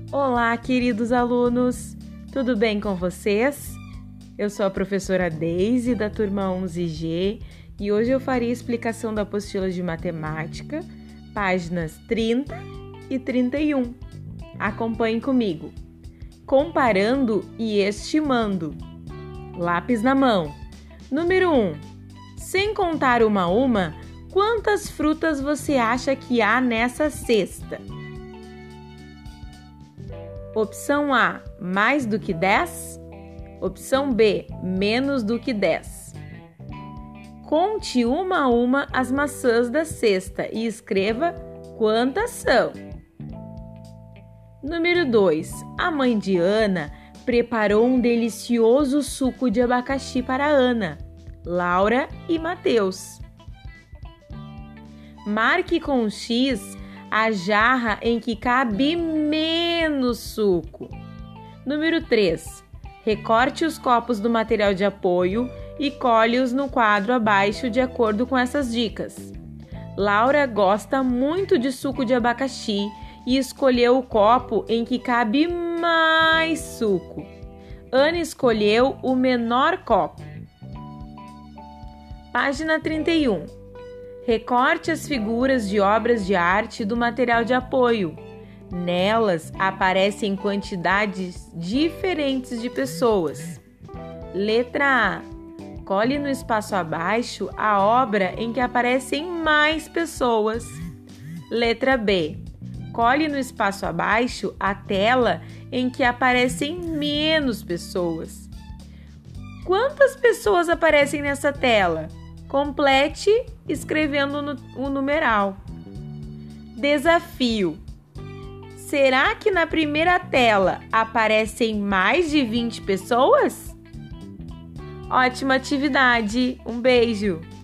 Olá, queridos alunos! Tudo bem com vocês? Eu sou a professora Deise, da turma 11G, e hoje eu farei a explicação da apostila de matemática, páginas 30 e 31. Acompanhe comigo. Comparando e estimando. Lápis na mão. Número 1. Sem contar uma a uma, quantas frutas você acha que há nessa cesta? Opção A, mais do que 10. Opção B, menos do que 10. Conte uma a uma as maçãs da cesta e escreva quantas são. Número 2. A mãe de Ana preparou um delicioso suco de abacaxi para Ana, Laura e Mateus. Marque com um X a jarra em que cabe menos suco. Número 3. Recorte os copos do material de apoio e colhe-os no quadro abaixo de acordo com essas dicas. Laura gosta muito de suco de abacaxi e escolheu o copo em que cabe mais suco. Ana escolheu o menor copo. Página 31. Recorte as figuras de obras de arte do material de apoio. Nelas aparecem quantidades diferentes de pessoas. Letra A. Colhe no espaço abaixo a obra em que aparecem mais pessoas. Letra B. Colhe no espaço abaixo a tela em que aparecem menos pessoas. Quantas pessoas aparecem nessa tela? Complete escrevendo o numeral. Desafio. Será que na primeira tela aparecem mais de 20 pessoas? Ótima atividade! Um beijo!